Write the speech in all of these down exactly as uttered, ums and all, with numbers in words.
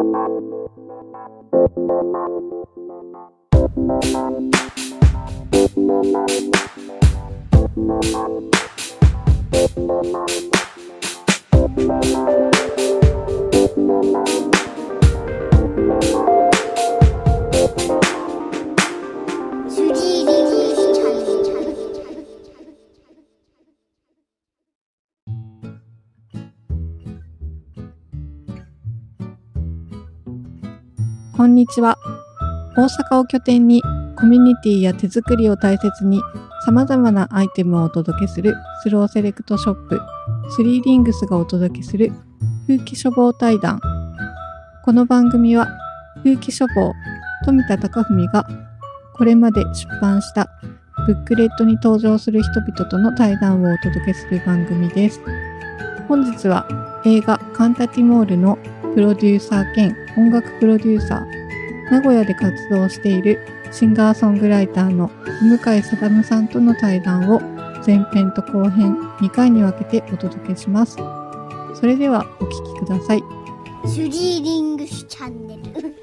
こんにちは。大阪を拠点にコミュニティや手作りを大切に様々なアイテムをお届けするスローセレクトショップスリーリングスがお届けする風紀書房対談。この番組は風紀書房富田貴文がこれまで出版したブックレットに登場する人々との対談をお届けする番組です。本日は映画カンタティモールのプロデューサー兼音楽プロデューサー、名古屋で活動しているシンガーソングライターの向井定さんとの対談を前編と後編にかいに分けてお届けします。それではお聞きください。 スリーリングスチャンネル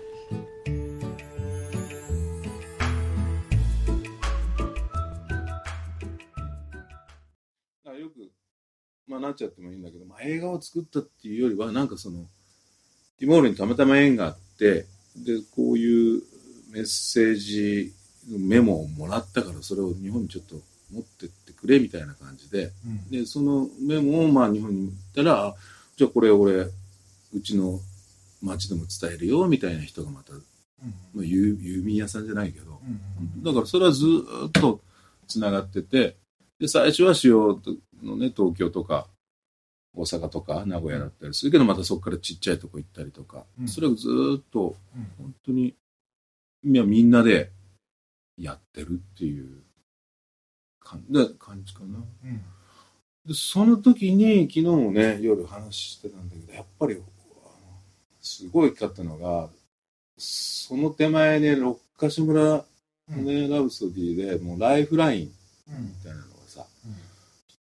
よく、まあ、なっちゃってもいいんだけど、まあ、映画を作ったっていうよりはなんかそのティモールにたまたま縁があって、でこういうメッセージメモをもらったからそれを日本にちょっと持ってってくれみたいな感じで、うん、でそのメモをまあ日本に行ったら、じゃあこれ俺うちの町でも伝えるよみたいな人がまた、うんまあ、郵, 郵便屋さんじゃないけど、うん、だからそれはずっとつながってて、で最初は主要のね東京とか大阪とか名古屋だったりするけど、またそこからちっちゃいとこ行ったりとか、うん、それをずっと本当にいやみんなでやってるっていう感じかな、うん、でその時に昨日もね夜話してたんだけど、やっぱりすごい大きかったのが、その手前ね六ヶ所村のね、うん、ラブソディでもうライフラインみたいなのがさ、うん、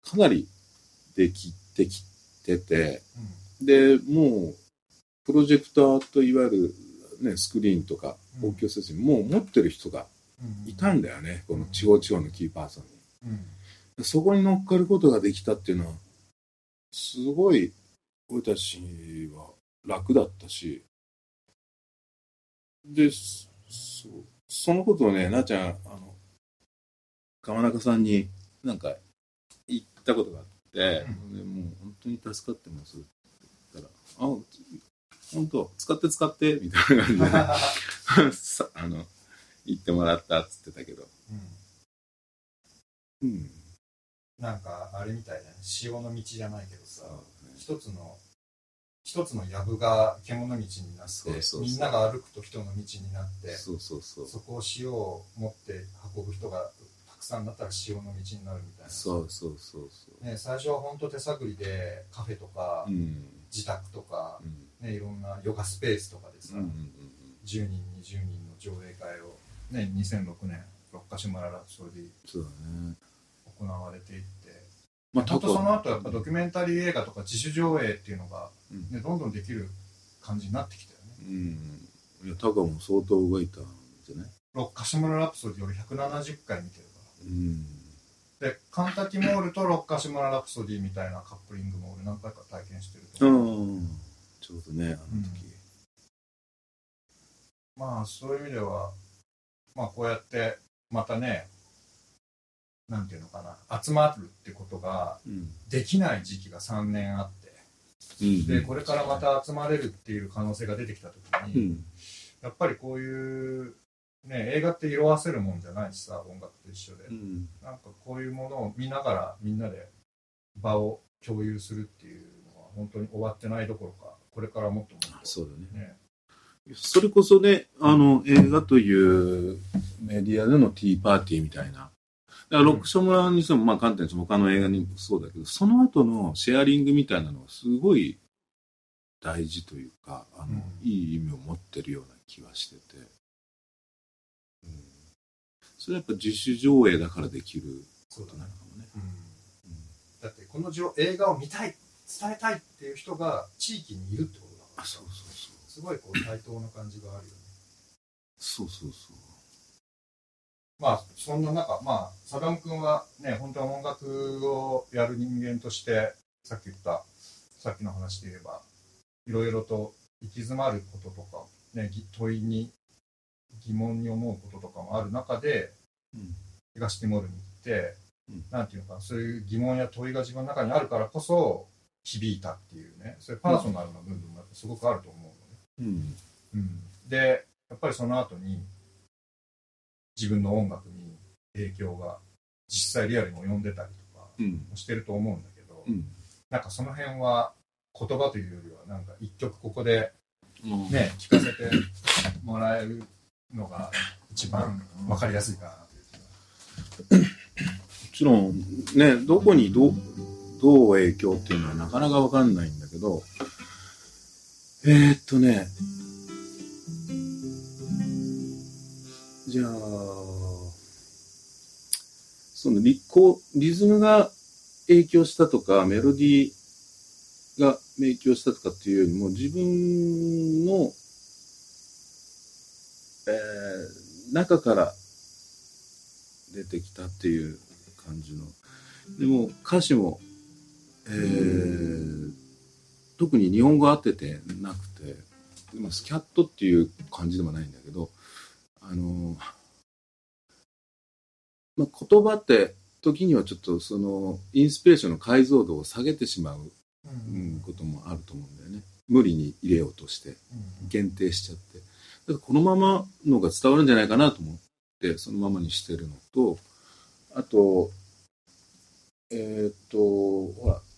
かなりできてきてて、うん、でもうプロジェクターといわゆる、ね、スクリーンとか公共設備、うん、もう持ってる人がいたんだよね、うん、この地方地方のキーパーソンに、うん、そこに乗っかることができたっていうのはすごい俺たちは楽だったし、で そ, そのことをねなっちゃんあの川中さんになんか言ったことがあって、うん、でもう本当に助かってますって言ったら、あ本当使って使ってみたいな感じで、ね、あの言ってもらったっつってたけど、 うんうん、なんかあれみたいだね、潮の道じゃないけどさ、ね、一つの一つの藪が獣道になって、そうそうそう、みんなが歩くと人の道になって、そうそうそう、そこを塩を持って運ぶ人がたくさんだったら塩の道になるみたいな。そうそうそうそう、ね、最初は本当手探りでカフェとか、うん、自宅とか、うんね、いろんなヨガスペースとかでさ、うんうんうん、じゅうにんにじゅうにんの上映会を、ね、にせんろくねん六ヶ所村ラプソディそうだね行われていって、まあ、本当その後やっぱドキュメンタリー映画とか自主上映っていうのが、ね、どんどんできる感じになってきたよね。 うん、いやタカも相当動いたんじゃない？ 六ヶ所村ラプソディ俺ひゃくななじゅっかい見てるから、うん、でカンタティモールと六ヶ所村ラプソディみたいなカップリングも俺何回か体験してると思う、うん、 ちょうどねあの時、 うん、まあそういう意味ではまあこうやってまたねなんていうのかな、集まるってことができない時期がさんねんあって、うん、でこれからまた集まれるっていう可能性が出てきた時に、うん、やっぱりこういうね映画って色あせるもんじゃないしさ、音楽と一緒で、うん、なんかこういうものを見ながらみんなで場を共有するっていうのは本当に終わってないどころかこれからもっともっと、 そうだね、ね、それこそねあの映画というメディアでのティーパーティーみたいな、だから六ヶ所村にしても、まあ、観点の他の映画にもそうだけど、その後のシェアリングみたいなのがすごい大事というか、あの、うん、いい意味を持ってるような気がしてて、うん、それはやっぱ自主上映だからできることなのかもね。 うんうん、だってこの映画を見たい、伝えたいっていう人が地域にいるってことだから。 そうそうそう。 すごいこう対等な感じがあるよね。 そうそうそう。 まあそんな中、まあサダム君はね、本当は音楽をやる人間として、さっき言ったさっきの話で言えばいろいろと行き詰まることとか、ね、問いに疑問に思うこととかもある中で、うん、東ティモールに行って、うん、なんていうのかな、そういう疑問や問いが自分の中にあるからこそ響いたっていうね、そういうパーソナルな部分もすごくあると思うのね。うんうん、でやっぱりその後に自分の音楽に影響が実際リアルに及んでたりとかもしてると思うんだけど、うん、なんかその辺は言葉というよりはなんか一曲ここでね、聞かせてもらえるのが一番分かりやすいかなという。もちろんね、どこにどう、どう影響っていうのはなかなか分かんないんだけど、えー、っとねじゃあその リ, こうリズムが影響したとかメロディーが影響したとかっていうよりも自分の、えー、中から出てきたっていう感じの。でも歌詞も、えー、特に日本語合っててなくて、でもスキャットっていう感じでもないんだけど、あの、まあ、言葉って時にはちょっとそのインスピレーションの解像度を下げてしまう、うん、こともあると思うんだよね。無理に入れようとして限定しちゃって、だからこのままのが伝わるんじゃないかなと思ってそのままにしてるのと、あとえー、っとほら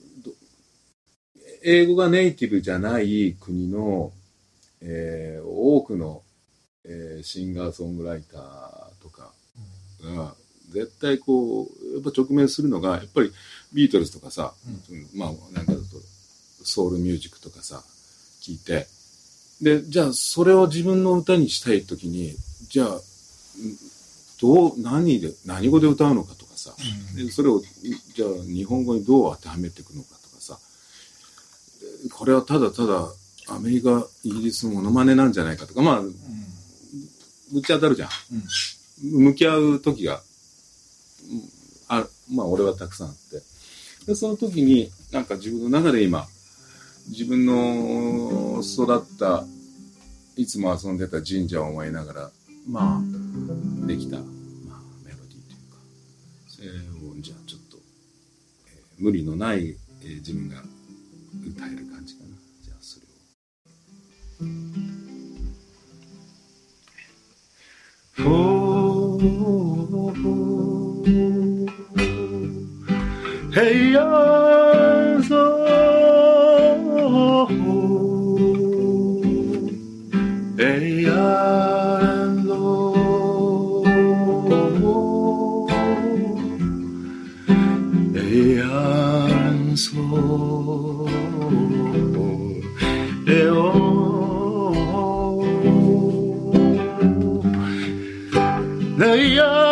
英語がネイティブじゃない国の、えー、多くの、えー、シンガーソングライターとかが絶対こうやっぱ直面するのがやっぱりビートルズとかさ、うん、まあなんかだとソウルミュージックとかさ聞いて、でじゃあそれを自分の歌にしたいときにじゃあどう何で何語で歌うのかとかさ、うん、でそれをじゃあ日本語にどう当てはめていくのかとかさ、これはただただアメリカイギリスのモノマネなんじゃないかとか、まあ、うん、ぶち当たるじゃん、うん、向き合う時があまあ俺はたくさんあって、でその時になんか自分の中で今自分の育ったいつも遊んでた神社を思いながらまあできた、まあ、メロディーというかそれをじゃあちょっと、えー、無理のない、えー、自分が歌える感じかな。じゃあそれをほーHey ya so Hey ya so Hey ya so Hey oh Hey ya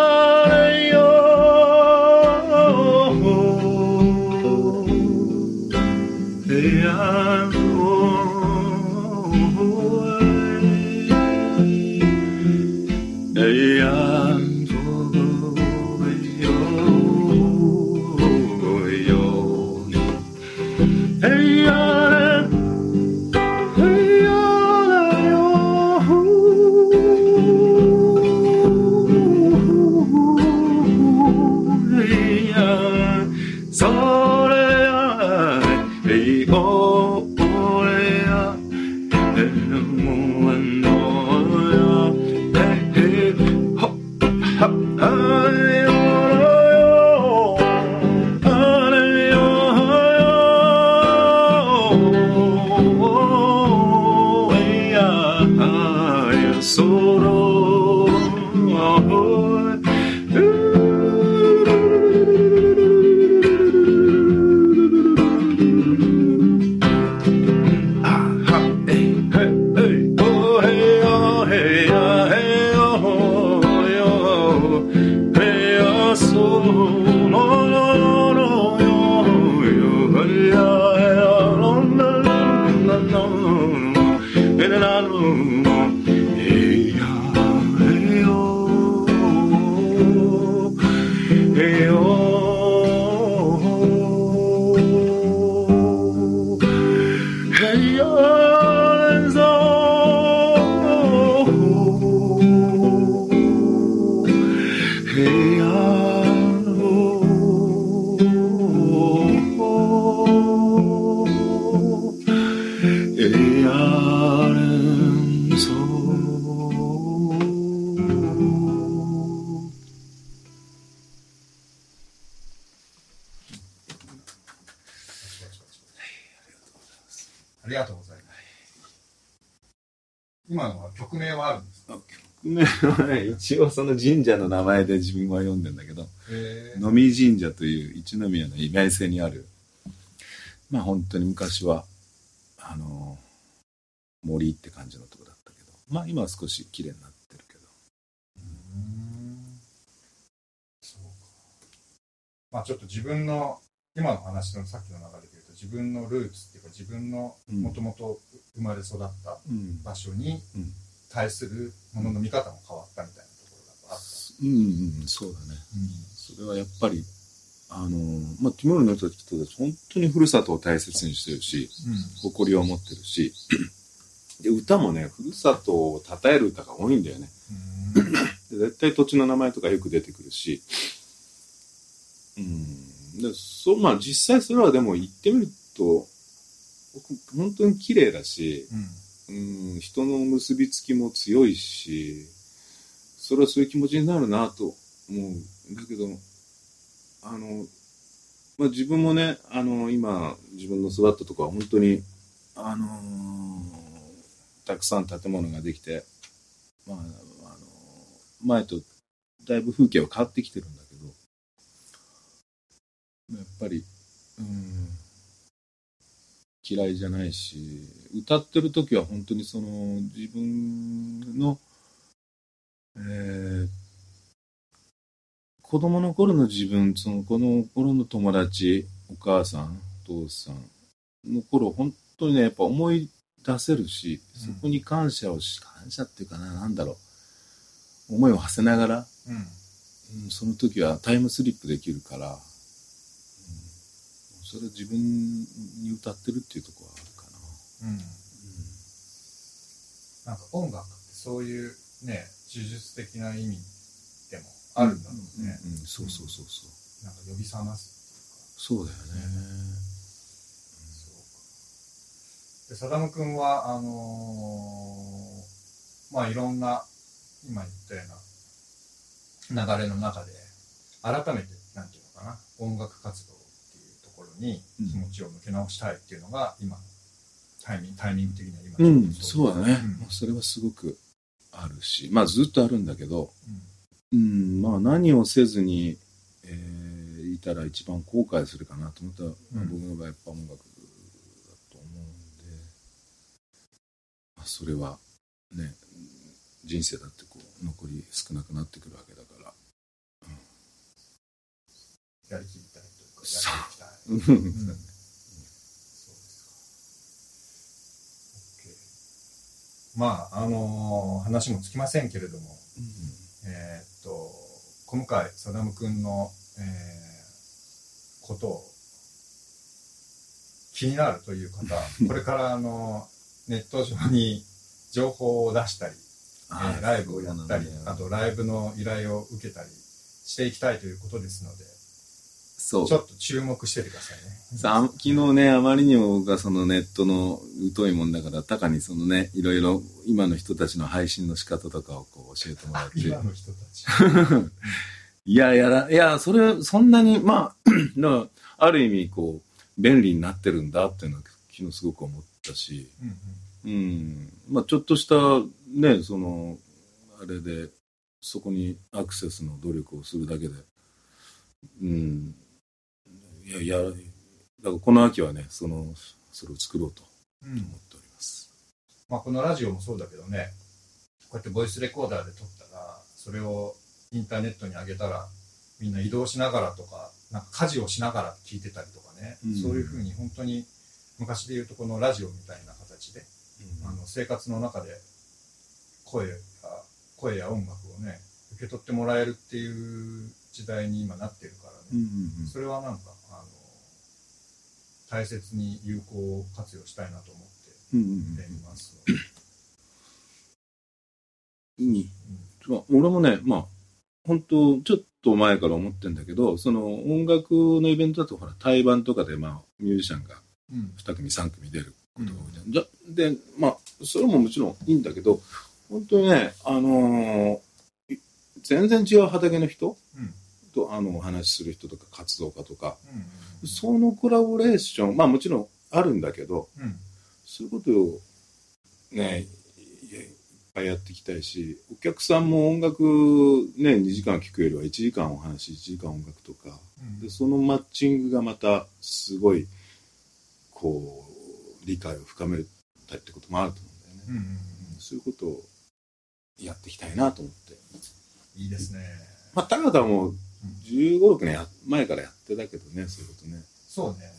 ありがとうございます。今のは曲名はあるんですか？ 曲名はね、一応その神社の名前で自分は読んでんだけど、野見神社という一宮の意外性にある、まあ本当に昔はあの森って感じのとこだったけど、まあ今は少し綺麗になってるけど。 うーん、そうか。まあちょっと自分の今の話のさっきの流れで言うと、自分のルーツっていうか自分のもともと生まれ育った場所に対するものの見方も変わったみたいなところがあった。 うんうん、そうだね、うん、それはやっぱりあの、まあ、ティモールの人たち本当にふるさとを大切にしてるし、うん、誇りを持ってるしで歌もね、ふるさとを称える歌が多いんだよね。で絶対土地の名前とかよく出てくるし、うんでそう、まあ、実際それはでも言ってみると本当に綺麗だし、うんうん、人の結びつきも強いし、それはそういう気持ちになるなと思う。だけどあの、まあ、自分もね、あの今自分の育ったところは本当にあのー、たくさん建物ができて、まああの前とだいぶ風景は変わってきてるんだけど、やっぱり、うん、嫌いじゃないし、歌ってる時は本当にその自分の、えー、子供の頃の自分、そのこの頃の友達、お母さん、お父さんの頃本当にねやっぱ思い出せるし、そこに感謝をし、感謝っていうかな、なんだろう、思いを馳せながら、うんうん、その時はタイムスリップできるから、うん、それ自分に歌ってるっていうところはあるかな。うんうん、 なんか音楽ってそういうね、呪術的な意味でもあるんだろうね。 うんうんうん、そうそうそうそう。 なんか呼び覚ますそうだよね。 で、サダム君はあのー、まあいろんな今言ったような流れの中で改めてなんていうのかな、音楽活動っていうところに気持ちを向け直したいっていうのが今のタイミングタイミング的には今ちょうどそう、うん、そうだね、うん、それはすごくあるし、まあずっとあるんだけど、うん、うん、まあ何をせずに、えー、いたら一番後悔するかなと思ったら、うん、僕の場合やっぱ音楽それはね、人生だってこう残り少なくなってくるわけだから、うん、 やりきりたいというか、やりきりたい、うんうん、そうですか。 OK、 まああのー、話もつきませんけれども、うん、えー、っと今回サダム君の、えー、ことを気になるという方これからあのーネット上に情報を出したり、えー、ライブをやったり、あとライブの依頼を受けたりしていきたいということですので、そうちょっと注目しててくださいね。 さあ、昨日ね、あまりにも僕がそのネットの疎いもんだから、たかにそのね、いろいろ今の人たちの配信の仕方とかをこう教えてもらって。 今の人たち。 いやいや、いや、それ、そんなに、まあ、だからある意味、こう、便利になってるんだっていうのは昨日すごく思ったし、うんうんうん、まあちょっとしたね、そのあれでそこにアクセスの努力をするだけで、うん、いやいや、だからこの秋はね、そのそれを作ろうと思っております。 うん、まあこのラジオもそうだけどね、こうやってボイスレコーダーで撮ったら、それをインターネットに上げたら、みんな移動しながらとか、なんか家事をしながら聞いてたりとかね、うん、そういうふうに本当に昔でいうとこのラジオみたいな形で、うん、あの生活の中で声や声や音楽をね受け取ってもらえるっていう時代に今なってるからね、うんうんうん、それはなんかあの大切に有効活用したいなと思っていますので、 うんうんうん、俺もね、まあ本当ちょっと前から思ってるんだけど、その音楽のイベントだとほら対バンとかでまあミュージシャンがに組さん組出ることが多いじゃん、うん、じゃでまあそれももちろんいいんだけど、本当にね、あのー、全然違う畑の人、うん、とあのお話しする人とか活動家とか、うんうんうん、そのコラボレーション、まあもちろんあるんだけど、うん、 そういうことをねいっぱいやっていきたいし、お客さんも音楽ねにじかん聴くよりはいちじかんお話、いちじかん音楽とか、うん、でそのマッチングがまたすごいこう理解を深めたいってこともあると思うんだよね、うんうんうん、そういうことをやっていきたいなと思って。 いいですね。 まあ田方もじゅうご、ろくねんまえからやってたけどね、そういうことね。 そうね。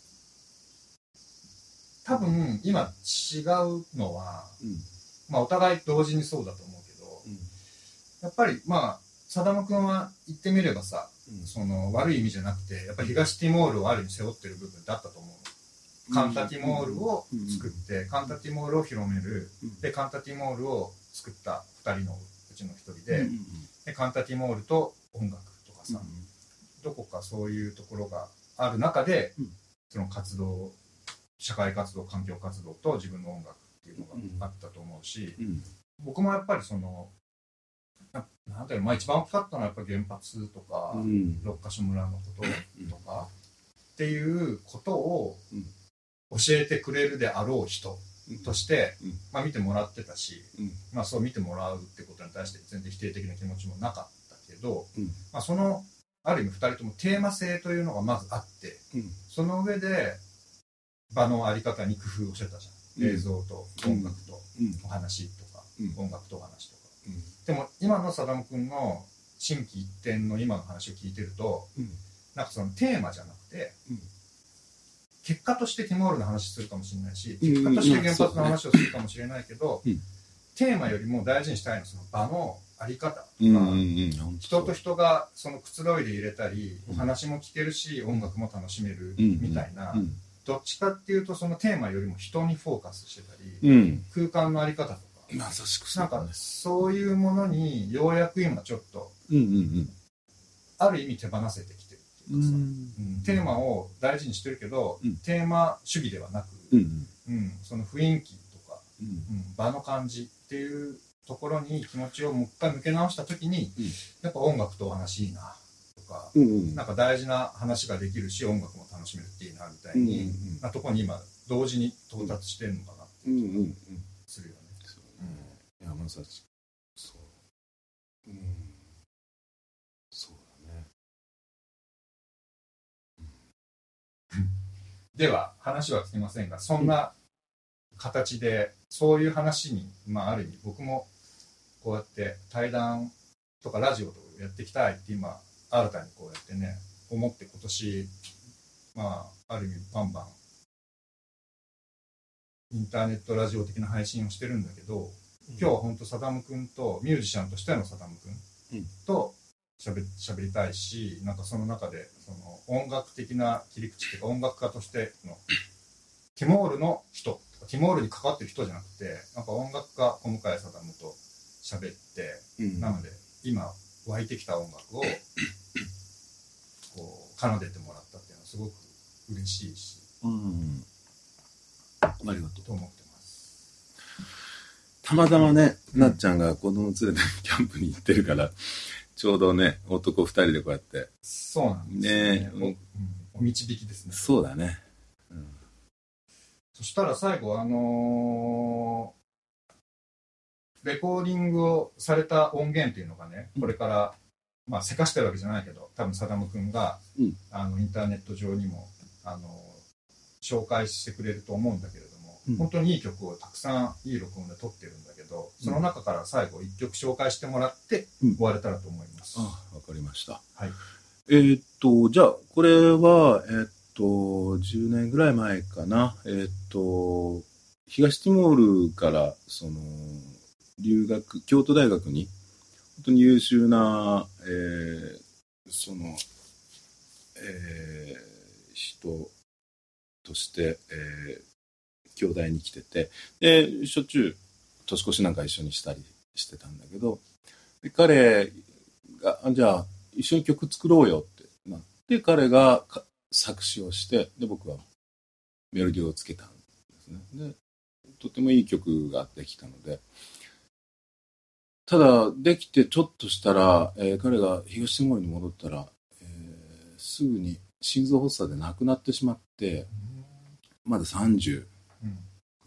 多分今違うのは、うん、まあお互い同時にそうだと思うけど、うん、やっぱりまあサダム君は言ってみればさ、うん、その悪い意味じゃなくてやっぱり東ティモールをある意味背負ってる部分だったと思う。カンタティモールを作って、うん、カンタティモールを広める、うん、でカンタティモールを作ったふたりのうちのひとりで、うん、でカンタティモールと音楽とかさ、うん、どこかそういうところがある中で、うん、その活動社会活動環境活動と自分の音楽っていうのがあったと思うし、うん、僕もやっぱりそのななんていうの、まあ、一番大きかったのはやっぱ原発とか、うん、六ヶ所村のこととか、っていうことを教えてくれるであろう人として、うんまあ、見てもらってたし、うんまあ、そう見てもらうってことに対して全然否定的な気持ちもなかったけど、うんまあ、そのある意味ふたりともテーマ性というのがまずあって、うん、その上で場のあり方に工夫をしてたじゃん、うん、映像と音楽とお話とか、うん、音楽とお話とか、うん、でも今のサダム君の心機一転の今の話を聞いてると、うん、なんかそのテーマじゃなくて、うん結果としてティモールの話するかもしれないし、結果として原発の話をするかもしれないけど、うん、テーマよりも大事にしたいのはその場のあり方とか、うんうんうん、人と人がそのくつろいで入れたり、うん、話も聞けるし音楽も楽しめるみたいな、うんうん、どっちかっていうとそのテーマよりも人にフォーカスしてたり、うん、空間のあり方とか、 まさしくそうだね、なんかそういうものにようやく今ちょっと、うんうんうん、ある意味手放せてきてる。うんうん、テーマを大事にしてるけど、うん、テーマ主義ではなく、うんうんうん、その雰囲気とか、うんうん、場の感じっていうところに気持ちをもう一回向け直した時に、うん、やっぱ音楽とお話いいなとか、うんうん、なんか大事な話ができるし音楽も楽しめるっていいなみたいに、うんうん、なところに今同時に到達してるのかなって気がするよね。 そうね。いやまさしそう。うんでは話はつきませんが、そんな形でそういう話に、まあ、ある意味僕もこうやって対談とかラジオとかやっていきたいって今新たにこうやってね思って今年、まあ、ある意味バンバンインターネットラジオ的な配信をしてるんだけど、今日は本当サダム君とミュージシャンとしてのサダム君としゃべ、しゃべりたいし、なんかその中でその音楽的な切り口というか音楽家としてのティモールの人、ティモールに関わってる人じゃなくて、なんか音楽家小向井サダムとしゃべって、うん、なので今湧いてきた音楽をこう奏でてもらったっていうのはすごく嬉しいし、うん、 ありがとうと思ってます。 たまたまね、なっちゃんが子供連れてキャンプに行ってるからちょうどね、男二人でこうやって。 そうなんですね。ねお、うん、お導きですね。 そうだね。うん、 そしたら最後、あのー、レコーディングをされた音源っていうのがね、これから、うん、まあ、せかしてるわけじゃないけど、多分サダム君が、うん、あのインターネット上にも、あのー、紹介してくれると思うんだけれども、うん、本当にいい曲をたくさんいい録音で撮ってるんだけど、その中から最後いっきょく紹介してもらって終われたらと思います。 うん、あ、わかりました。 はい。 えー、っとじゃあこれはえー、っとじゅうねんぐらい前かな。えー、っと東ティモールからその留学京都大学に本当に優秀な、えー、その、えー、人として、えー、京大に来てて、でしょっちゅう年越しなんか一緒にしたりしてたんだけど、で彼がじゃあ一緒に曲作ろうよってなって、彼が作詞をして、で僕はメロディーをつけたんですね。でとてもいい曲ができたので、ただできてちょっとしたら、えー、彼が東ティモールに戻ったら、えー、すぐに心臓発作で亡くなってしまって、まださんじゅうぐ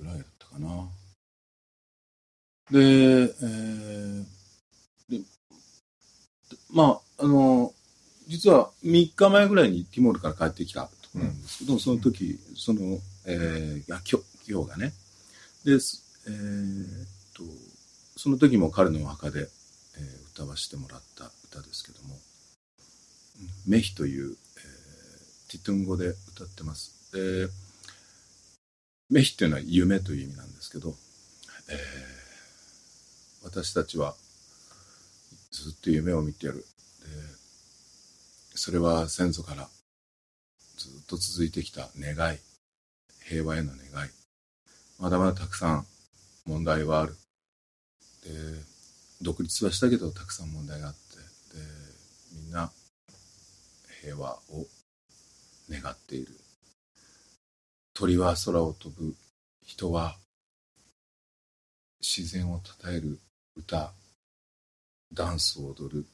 ぐらいだったかな。で、えー、でまああの実はみっかまえぐらいにティモールから帰ってきたところなんですけど、うん、その時その、えー、今日今日がねで、えー、とその時も彼のお墓で、えー、歌わせてもらった歌ですけども、メヒという、えー、ティトゥン語で歌ってます。でメヒっていうのは夢という意味なんですけど、えー、私たちはずっと夢を見ている。でそれは先祖からずっと続いてきた願い、平和への願い。まだまだたくさん問題はある。で独立はしたけどたくさん問題があって、でみんな平和を願っている。鳥は空を飛ぶ、人は自然をたたえる歌、ダンスを踊る。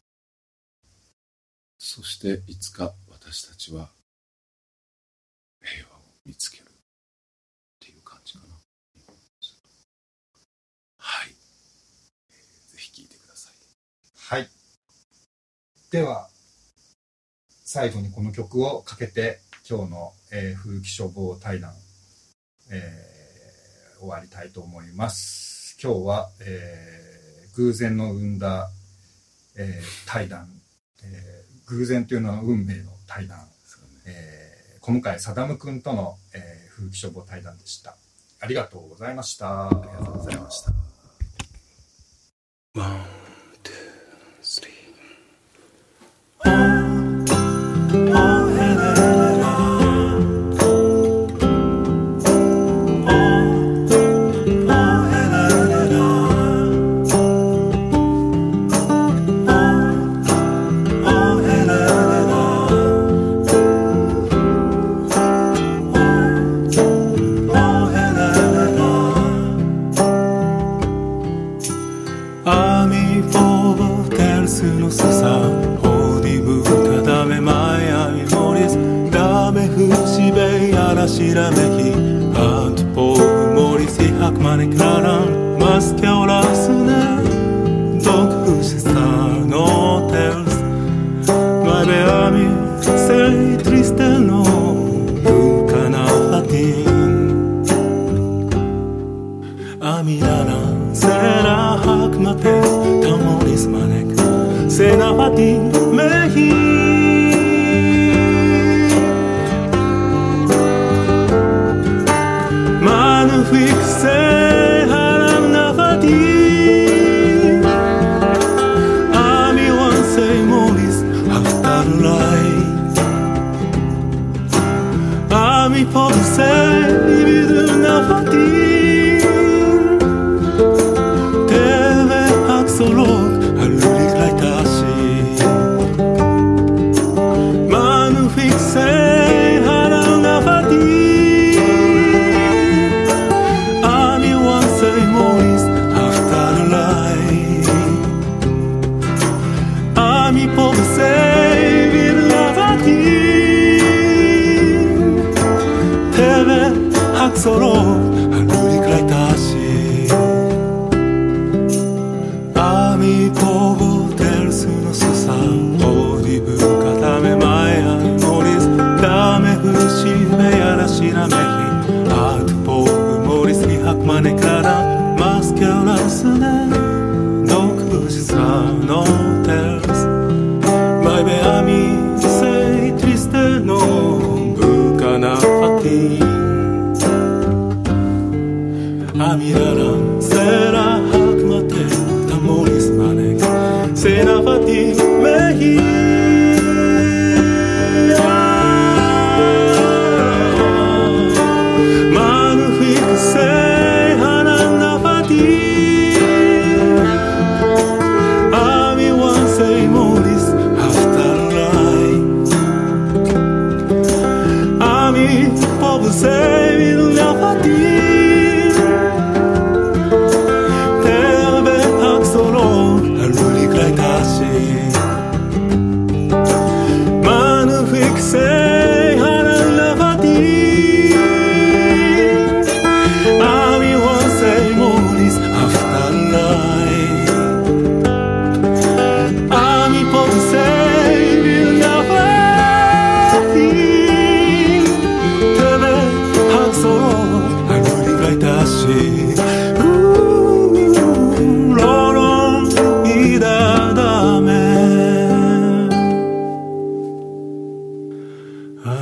そしていつか私たちは平和を見つけるっていう感じかな。はい、えー、ぜひ聴いてください。 はい。では最後にこの曲をかけて今日の、えー、風紀書房対談、えー、終わりたいと思います。今日は、えー、偶然の生んだ、えー、対談、えー、偶然というのは運命の対談、えー、小向井定君との、えー、風紀書房対談でした。ありがとうございました。 ありがとうございました。ワン、ツー、スリー。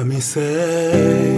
me say